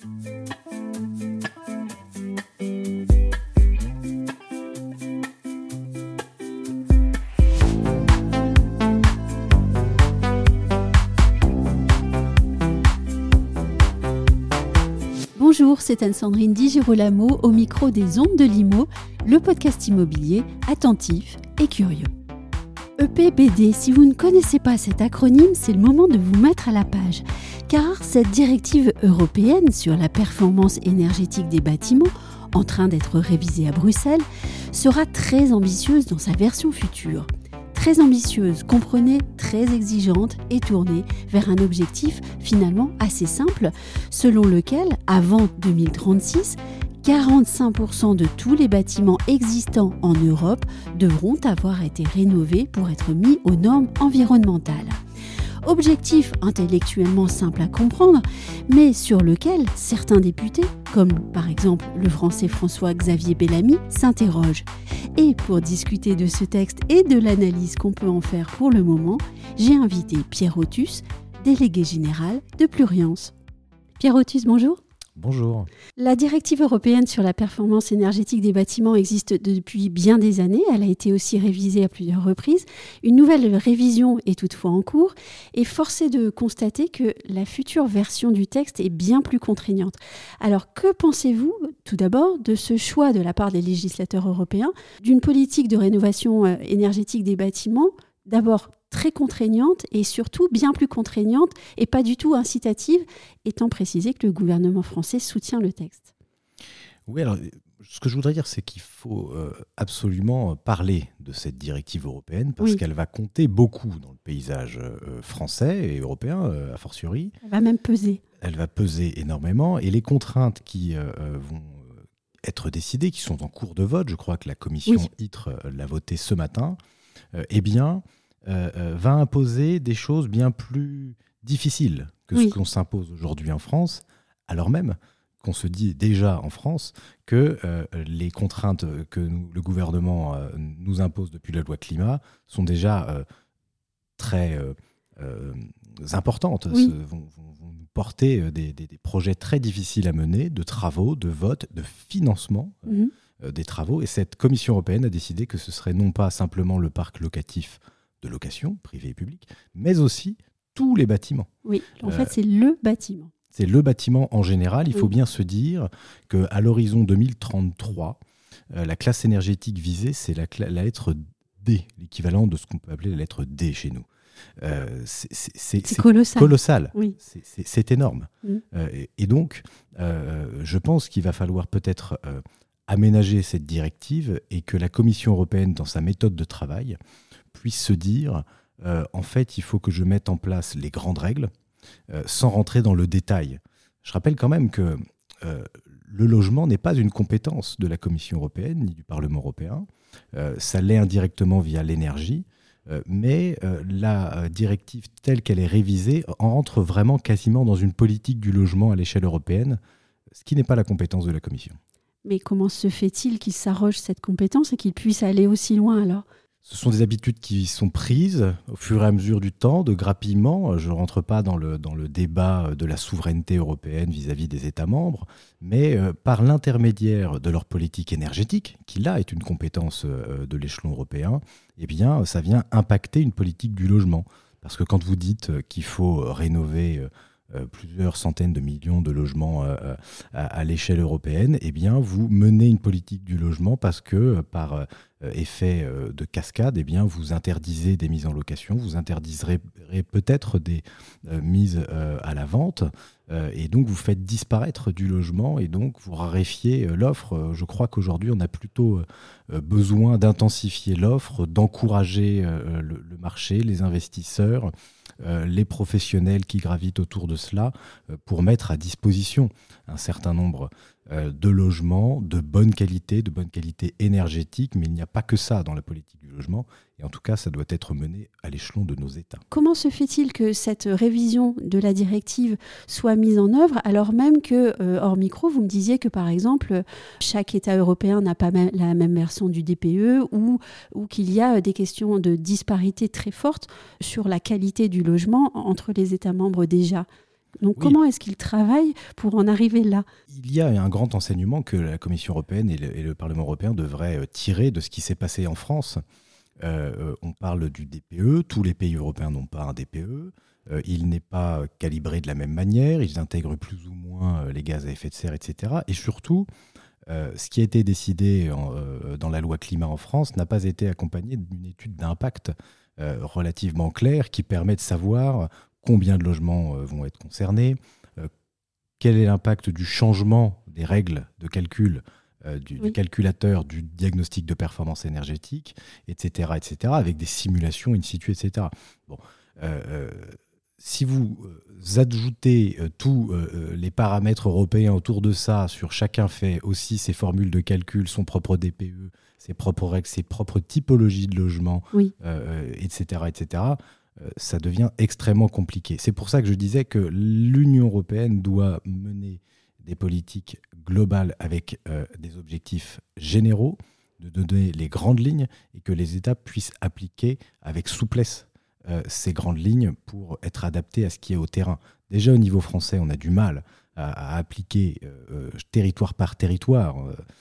Bonjour, c'est Anne-Sandrine Di Girolamo au micro des Ondes de l'Imo, le podcast immobilier attentif et curieux. EPBD, si vous ne connaissez pas cet acronyme, c'est le moment de vous mettre à la page. Car cette directive européenne sur la performance énergétique des bâtiments, en train d'être révisée à Bruxelles, sera très ambitieuse dans sa version future. Très ambitieuse, comprenez, très exigeante et tournée vers un objectif finalement assez simple, selon lequel, avant 2036, 45% de tous les bâtiments existants en Europe devront avoir été rénovés pour être mis aux normes environnementales. Objectif intellectuellement simple à comprendre, mais sur lequel certains députés, comme par exemple le français François-Xavier Bellamy, s'interrogent. Et pour discuter de ce texte et de l'analyse qu'on peut en faire pour le moment, j'ai invité Pierre Othus, délégué général de Pluriance. Pierre Othus, bonjour. Bonjour. La directive européenne sur la performance énergétique des bâtiments existe depuis bien des années. Elle a été aussi révisée à plusieurs reprises. Une nouvelle révision est toutefois en cours et force est de constater que la future version du texte est bien plus contraignante. Alors que pensez-vous tout d'abord de ce choix de la part des législateurs européens d'une politique de rénovation énergétique des bâtiments, d'abord très contraignante et surtout bien plus contraignante et pas du tout incitative, étant précisé que le gouvernement français soutient le texte. Oui, alors ce que je voudrais dire, c'est qu'il faut absolument parler de cette directive européenne parce qu'elle va compter beaucoup dans le paysage français et européen, a fortiori. Elle va même peser. Elle va peser énormément et les contraintes qui vont être décidées, qui sont en cours de vote, je crois que la commission ITRE l'a voté ce matin, va imposer des choses bien plus difficiles que ce qu'on s'impose aujourd'hui en France, alors même qu'on se dit déjà en France que les contraintes que le gouvernement nous impose depuis la loi climat sont déjà très importantes, vont nous porter des projets très difficiles à mener, de travaux, de votes, de financement des travaux. Et cette Commission européenne a décidé que ce serait non pas simplement le parc locatif de location, privé et public, mais aussi tous les bâtiments. Oui, en fait, c'est le bâtiment. C'est le bâtiment en général. Il faut bien se dire qu'à l'horizon 2033, la classe énergétique visée, c'est la lettre D, l'équivalent de ce qu'on peut appeler la lettre D chez nous. C'est colossal. Oui. C'est énorme. Et donc, je pense qu'il va falloir peut-être aménager cette directive et que la Commission européenne, dans sa méthode de travail, puisse se dire, en fait, il faut que je mette en place les grandes règles sans rentrer dans le détail. Je rappelle quand même que le logement n'est pas une compétence de la Commission européenne ni du Parlement européen. Ça l'est indirectement via l'énergie, mais la directive telle qu'elle est révisée entre vraiment quasiment dans une politique du logement à l'échelle européenne, ce qui n'est pas la compétence de la Commission. Mais comment se fait-il qu'il s'arroge cette compétence et qu'il puisse aller aussi loin alors ? Ce sont des habitudes qui sont prises au fur et à mesure du temps, de grappillement. Je ne rentre pas dans le débat de la souveraineté européenne vis-à-vis des États membres, mais par l'intermédiaire de leur politique énergétique, qui là est une compétence de l'échelon européen, eh bien, ça vient impacter une politique du logement. Parce que quand vous dites qu'il faut rénover plusieurs centaines de millions de logements à l'échelle européenne, eh bien, vous menez une politique du logement parce que par effet de cascade, eh bien, vous interdisez des mises en location, vous interdiserez peut-être des mises à la vente, et donc vous faites disparaître du logement et donc vous raréfiez l'offre. Je crois qu'aujourd'hui, on a plutôt besoin d'intensifier l'offre, d'encourager le marché, les investisseurs, les professionnels qui gravitent autour de cela pour mettre à disposition un certain nombre de logements de bonne qualité énergétique, mais il n'y a pas que ça dans la politique du logement, et en tout cas ça doit être mené à l'échelon de nos États. Comment se fait-il que cette révision de la directive soit mise en œuvre alors même que, hors micro, vous me disiez que par exemple chaque État européen n'a pas la même version du DPE ou qu'il y a des questions de disparité très fortes sur la qualité du logement entre les États membres déjà? Donc comment est-ce qu'ils travaillent pour en arriver là ? Il y a un grand enseignement que la Commission européenne et le Parlement européen devraient tirer de ce qui s'est passé en France. On parle du DPE, tous les pays européens n'ont pas un DPE. Il n'est pas calibré de la même manière, ils intègrent plus ou moins les gaz à effet de serre, etc. Et surtout, ce qui a été décidé dans la loi climat en France n'a pas été accompagné d'une étude d'impact relativement claire qui permet de savoir combien de logements vont être concernés, quel est l'impact du changement des règles de calcul du calculateur du diagnostic de performance énergétique, etc., avec des simulations in situ, etc. Bon, si vous ajoutez tous les paramètres européens autour de ça, sur chacun fait aussi ses formules de calcul, son propre DPE, ses propres règles, ses propres typologies de logement, etc., ça devient extrêmement compliqué. C'est pour ça que je disais que l'Union européenne doit mener des politiques globales avec des objectifs généraux, de donner les grandes lignes et que les États puissent appliquer avec souplesse ces grandes lignes pour être adaptés à ce qui est au terrain. Déjà au niveau français, on a du mal à appliquer territoire par territoire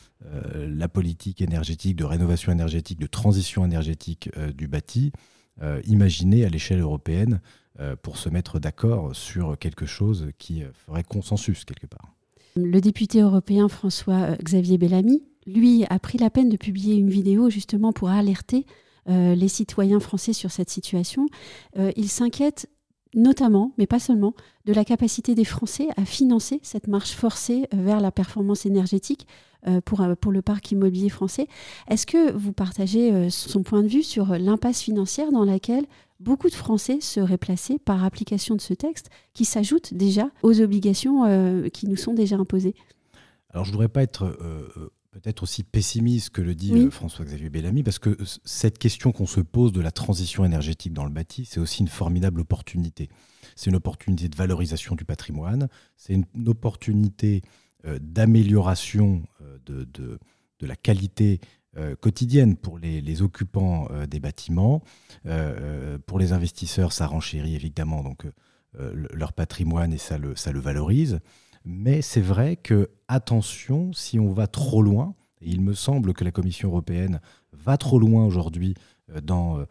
la politique énergétique, de rénovation énergétique, de transition énergétique du bâti. Imaginez à l'échelle européenne pour se mettre d'accord sur quelque chose qui ferait consensus quelque part. Le député européen François-Xavier Bellamy, lui, a pris la peine de publier une vidéo justement pour alerter les citoyens français sur cette situation. Il s'inquiète notamment, mais pas seulement, de la capacité des Français à financer cette marche forcée vers la performance énergétique pour le parc immobilier français. Est-ce que vous partagez son point de vue sur l'impasse financière dans laquelle beaucoup de Français seraient placés par application de ce texte qui s'ajoute déjà aux obligations qui nous sont déjà imposées ? Alors je ne voudrais pas être peut-être aussi pessimiste que le dit François-Xavier Bellamy, parce que cette question qu'on se pose de la transition énergétique dans le bâti, c'est aussi une formidable opportunité. C'est une opportunité de valorisation du patrimoine, c'est une opportunité d'amélioration de la qualité quotidienne pour les occupants des bâtiments. Pour les investisseurs, ça renchérit évidemment donc, leur patrimoine et ça le valorise. Mais c'est vrai que, attention, si on va trop loin, et il me semble que la Commission européenne va trop loin aujourd'hui dans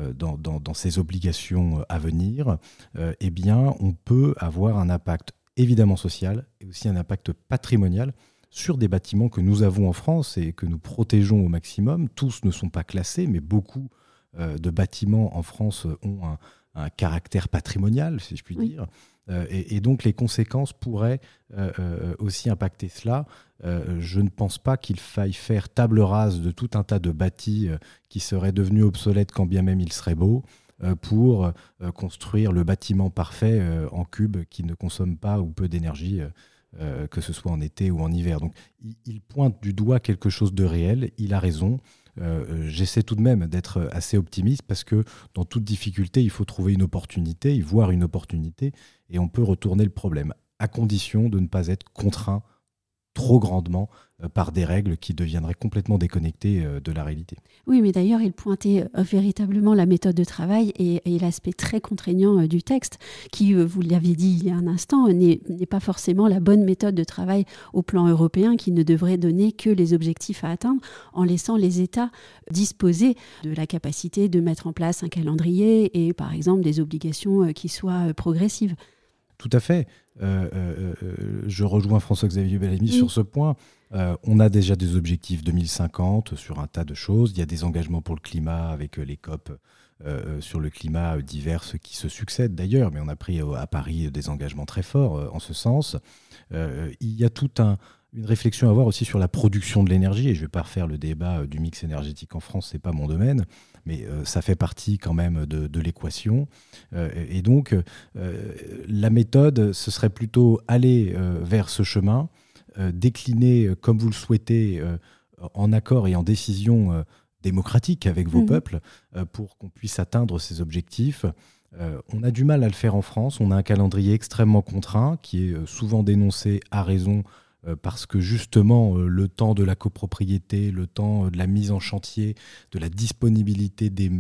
ses obligations à venir, eh bien, on peut avoir un impact évidemment social et aussi un impact patrimonial sur des bâtiments que nous avons en France et que nous protégeons au maximum. Tous ne sont pas classés, mais beaucoup de bâtiments en France ont un caractère patrimonial, si je puis dire. Et donc les conséquences pourraient aussi impacter cela. Je ne pense pas qu'il faille faire table rase de tout un tas de bâtis qui seraient devenus obsolètes quand bien même ils seraient beaux pour construire le bâtiment parfait en cube qui ne consomme pas ou peu d'énergie, que ce soit en été ou en hiver. Donc il pointe du doigt quelque chose de réel, il a raison. J'essaie tout de même d'être assez optimiste parce que dans toute difficulté, il faut trouver une opportunité, y voir une opportunité, et on peut retourner le problème, à condition de ne pas être contraint trop grandement par des règles qui deviendraient complètement déconnectées de la réalité. Oui, mais d'ailleurs, il pointait véritablement la méthode de travail et l'aspect très contraignant du texte, qui, vous l'avez dit il y a un instant, n'est pas forcément la bonne méthode de travail au plan européen, qui ne devrait donner que les objectifs à atteindre, en laissant les États disposer de la capacité de mettre en place un calendrier et, par exemple, des obligations qui soient progressives. Tout à fait. Je rejoins François-Xavier Bellamy sur ce point. On a déjà des objectifs 2050 sur un tas de choses. Il y a des engagements pour le climat avec les COP sur le climat diverses qui se succèdent d'ailleurs, mais on a pris à Paris des engagements très forts en ce sens. Il y a toute une réflexion à avoir aussi sur la production de l'énergie, et je ne vais pas refaire le débat du mix énergétique en France, ce n'est pas mon domaine, mais ça fait partie quand même de l'équation. Et donc, la méthode, ce serait plutôt aller vers ce chemin, décliner comme vous le souhaitez, en accord et en décision démocratique avec vos peuples, pour qu'on puisse atteindre ces objectifs. On a du mal à le faire en France, on a un calendrier extrêmement contraint qui est souvent dénoncé à raison parce que justement le temps de la copropriété, le temps de la mise en chantier, de la disponibilité des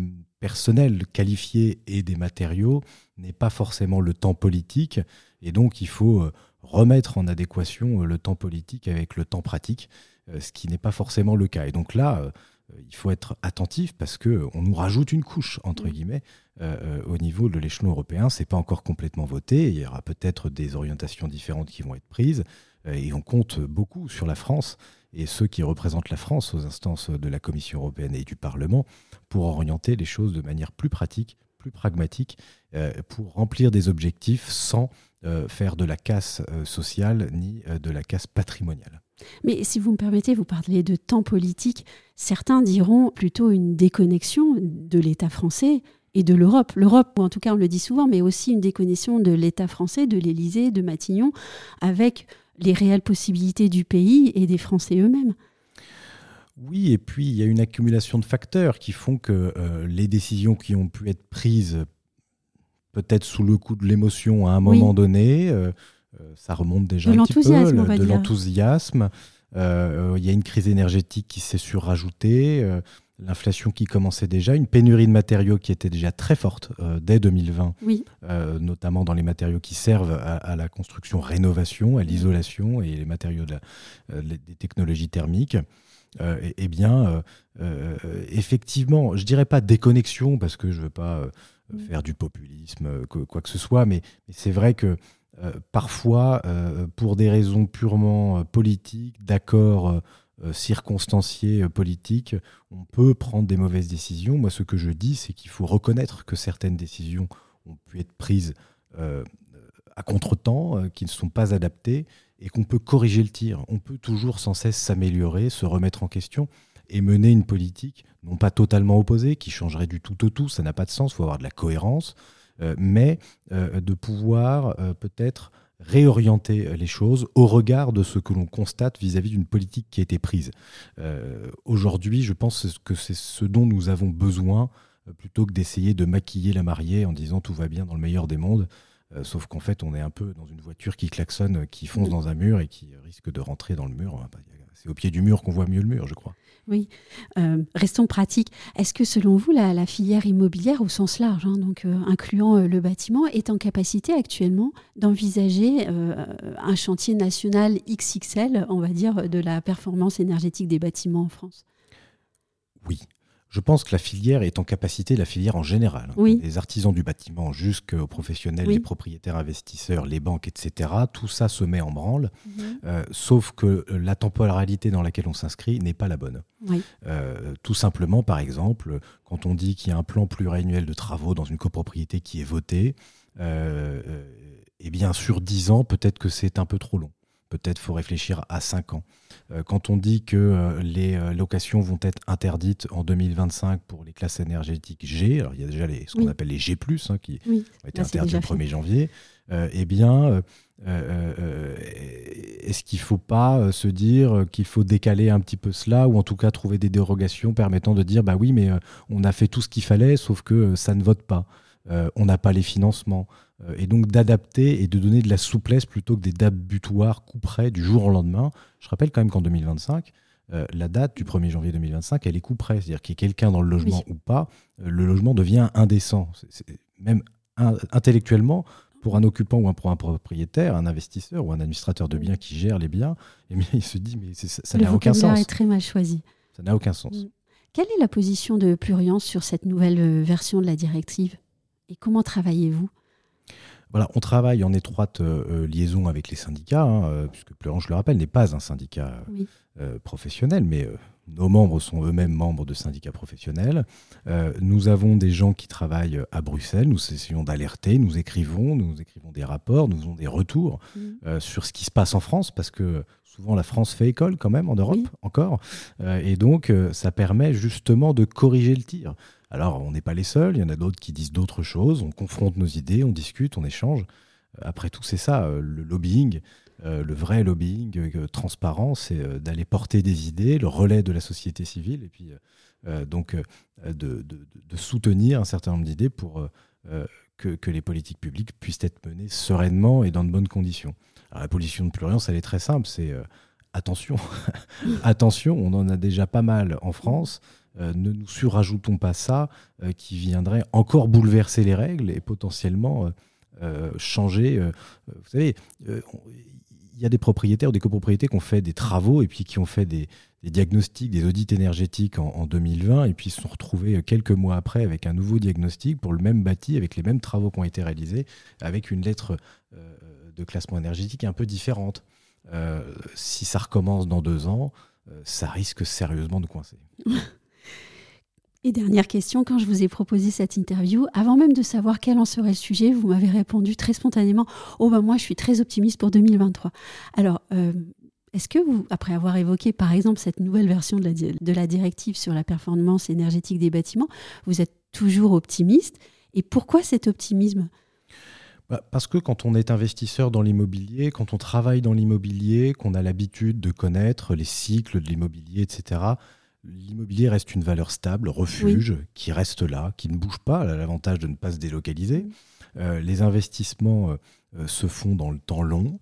personnel qualifié et des matériaux n'est pas forcément le temps politique. Et donc, il faut remettre en adéquation le temps politique avec le temps pratique, ce qui n'est pas forcément le cas. Et donc là, il faut être attentif parce qu'on nous rajoute une couche, entre guillemets, au niveau de l'échelon européen. Ce n'est pas encore complètement voté. Il y aura peut-être des orientations différentes qui vont être prises. Et on compte beaucoup sur la France et ceux qui représentent la France aux instances de la Commission européenne et du Parlement pour orienter les choses de manière plus pratique, plus pragmatique, pour remplir des objectifs sans faire de la casse sociale ni de la casse patrimoniale. Mais si vous me permettez, vous parlez de temps politique. Certains diront plutôt une déconnexion de l'État français et de l'Europe. L'Europe, ou en tout cas on le dit souvent, mais aussi une déconnexion de l'État français, de l'Élysée, de Matignon, avec les réelles possibilités du pays et des Français eux-mêmes. Oui, et puis il y a une accumulation de facteurs qui font que les décisions qui ont pu être prises peut-être sous le coup de l'émotion à un moment donné, ça remonte déjà un petit peu, de l'enthousiasme. Il y a une crise énergétique qui s'est surajoutée, l'inflation qui commençait déjà, une pénurie de matériaux qui était déjà très forte dès 2020, notamment dans les matériaux qui servent à la construction, rénovation, à l'isolation et les matériaux des technologies thermiques. Effectivement, je dirais pas déconnexion parce que je veux pas faire du populisme, quoi que ce soit, mais c'est vrai que parfois, pour des raisons purement politiques, d'accords circonstanciés politiques, on peut prendre des mauvaises décisions. Moi, ce que je dis, c'est qu'il faut reconnaître que certaines décisions ont pu être prises à contre-temps, qui ne sont pas adaptées, et qu'on peut corriger le tir. On peut toujours sans cesse s'améliorer, se remettre en question et mener une politique, non pas totalement opposée, qui changerait du tout au tout, ça n'a pas de sens, il faut avoir de la cohérence, mais de pouvoir peut-être réorienter les choses au regard de ce que l'on constate vis-à-vis d'une politique qui a été prise. Aujourd'hui, je pense que c'est ce dont nous avons besoin, plutôt que d'essayer de maquiller la mariée en disant tout va bien dans le meilleur des mondes. Sauf qu'en fait, on est un peu dans une voiture qui klaxonne, qui fonce dans un mur et qui risque de rentrer dans le mur. C'est au pied du mur qu'on voit mieux le mur, je crois. Oui, restons pratiques. Est-ce que selon vous, la filière immobilière au sens large, donc incluant le bâtiment, est en capacité actuellement d'envisager un chantier national XXL, on va dire, de la performance énergétique des bâtiments en France ? Oui. Je pense que la filière est en capacité, la filière en général, des artisans du bâtiment jusqu'aux professionnels, les propriétaires investisseurs, les banques, etc. Tout ça se met en branle, sauf que la temporalité dans laquelle on s'inscrit n'est pas la bonne. Tout simplement, par exemple, quand on dit qu'il y a un plan pluriannuel de travaux dans une copropriété qui est voté, eh bien sur 10 ans, peut-être que c'est un peu trop long. Peut-être faut réfléchir à 5 ans. Quand on dit que les locations vont être interdites en 2025 pour les classes énergétiques G, alors il y a déjà ce qu'on appelle les G+, qui ont été interdits le 1er janvier, est-ce qu'il ne faut pas se dire qu'il faut décaler un petit peu cela, ou en tout cas trouver des dérogations permettant de dire bah oui, mais on a fait tout ce qu'il fallait, sauf que ça ne vote pas. On n'a pas les financements. Et donc d'adapter et de donner de la souplesse plutôt que des dates butoirs coup près du jour au lendemain. Je rappelle quand même qu'en 2025, la date du 1er janvier 2025, elle est coup près. C'est-à-dire qu'il y ait quelqu'un dans le logement ou pas, le logement devient indécent. C'est même intellectuellement, pour un occupant ou pour un propriétaire, un investisseur ou un administrateur de biens qui gère les biens, eh bien, il se dit mais ça n'a aucun sens. Le vocabulaire est très mal choisi. Ça n'a aucun sens. Quelle est la position de Pluriance sur cette nouvelle version de la directive ? Et comment travaillez-vous ? Voilà, on travaille en étroite liaison avec les syndicats, puisque Pluriance, je le rappelle, n'est pas un syndicat professionnel, mais nos membres sont eux-mêmes membres de syndicats professionnels. Nous avons des gens qui travaillent à Bruxelles, nous essayons d'alerter, nous écrivons des rapports, nous faisons des retours sur ce qui se passe en France, parce que souvent la France fait école quand même en Europe, encore, et donc ça permet justement de corriger le tir. Alors, on n'est pas les seuls, il y en a d'autres qui disent d'autres choses, on confronte nos idées, on discute, on échange. Après tout, c'est ça, le lobbying, le vrai lobbying transparent, c'est d'aller porter des idées, le relais de la société civile, et puis de soutenir un certain nombre d'idées pour que les politiques publiques puissent être menées sereinement et dans de bonnes conditions. Alors, la position de Pluriance, elle est très simple, c'est attention, attention, on en a déjà pas mal en France. ne nous surrajoutons pas ça qui viendrait encore bouleverser les règles et potentiellement changer. Vous savez, il y a des propriétaires ou des copropriétés qui ont fait des travaux et puis qui ont fait des diagnostics, des audits énergétiques en 2020 et puis se sont retrouvés quelques mois après avec un nouveau diagnostic pour le même bâti, avec les mêmes travaux qui ont été réalisés, avec une lettre de classement énergétique un peu différente. Si ça recommence dans 2 ans, ça risque sérieusement de coincer. Et dernière question, quand je vous ai proposé cette interview, avant même de savoir quel en serait le sujet, vous m'avez répondu très spontanément « Oh ben moi, je suis très optimiste pour 2023 ». Alors, est-ce que vous, après avoir évoqué par exemple cette nouvelle version de la directive sur la performance énergétique des bâtiments, vous êtes toujours optimiste? Et pourquoi cet optimisme ? Parce que quand on est investisseur dans l'immobilier, quand on travaille dans l'immobilier, qu'on a l'habitude de connaître les cycles de l'immobilier, etc., l'immobilier reste une valeur stable, refuge, qui reste là, qui ne bouge pas, elle a l'avantage de ne pas se délocaliser. Les investissements se font dans le temps long.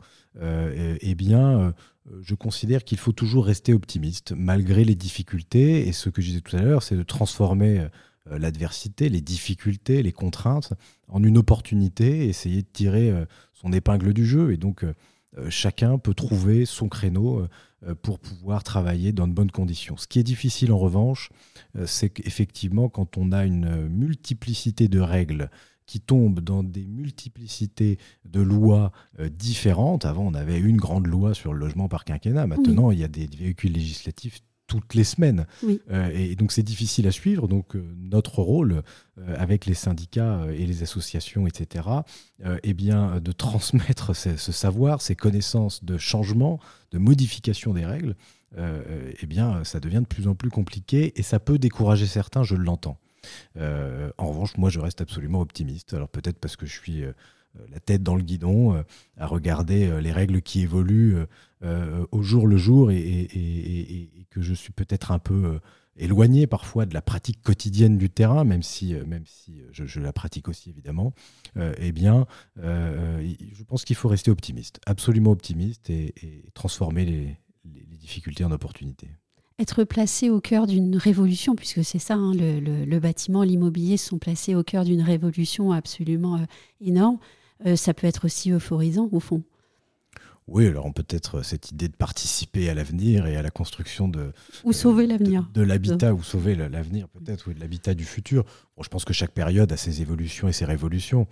Je considère qu'il faut toujours rester optimiste, malgré les difficultés. Et ce que je disais tout à l'heure, c'est de transformer l'adversité, les difficultés, les contraintes en une opportunité, essayer de tirer son épingle du jeu. Et donc, chacun peut trouver son créneau pour pouvoir travailler dans de bonnes conditions. Ce qui est difficile en revanche, c'est qu'effectivement, quand on a une multiplicité de règles qui tombent dans des multiplicités de lois différentes, avant on avait une grande loi sur le logement par quinquennat, maintenant il y a des véhicules législatifs toutes les semaines. Et donc c'est difficile à suivre. Donc notre rôle avec les syndicats et les associations, etc., de transmettre ce savoir, ces connaissances de changement, de modification des règles, ça devient de plus en plus compliqué et ça peut décourager certains, je l'entends. En revanche, moi je reste absolument optimiste. Alors peut-être parce que je suis la tête dans le guidon, à regarder les règles qui évoluent au jour le jour et que je suis peut-être un peu éloigné parfois de la pratique quotidienne du terrain, même si je la pratique aussi évidemment, je pense qu'il faut rester optimiste, absolument optimiste et transformer les difficultés en opportunités. Être placé au cœur d'une révolution, puisque c'est ça, hein, le bâtiment, l'immobilier sont placés au cœur d'une révolution absolument énorme. Ça peut être aussi euphorisant, au fond. Oui, alors on peut être cette idée de participer à l'avenir et à la construction ou sauver l'avenir. De l'habitat, ou sauver l'avenir peut-être, ou de l'habitat du futur. Bon, je pense que chaque période a ses évolutions et ses révolutions.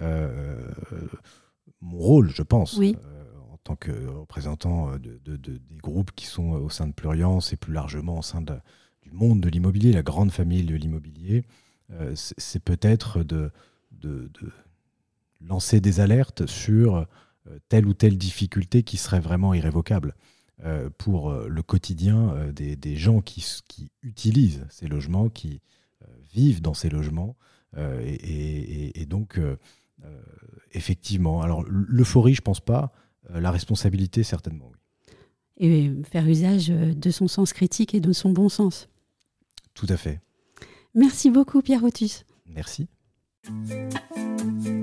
Mon rôle, je pense, en tant que représentant des groupes qui sont au sein de Pluriance et plus largement au sein du monde de l'immobilier, la grande famille de l'immobilier, c'est peut-être de lancer des alertes sur telle ou telle difficulté qui serait vraiment irrévocable pour le quotidien des gens qui utilisent ces logements, qui vivent dans ces logements. Donc, effectivement, alors l'euphorie, je ne pense pas, la responsabilité, certainement, oui. Et faire usage de son sens critique et de son bon sens. Tout à fait. Merci beaucoup, Pierre Otus. Merci.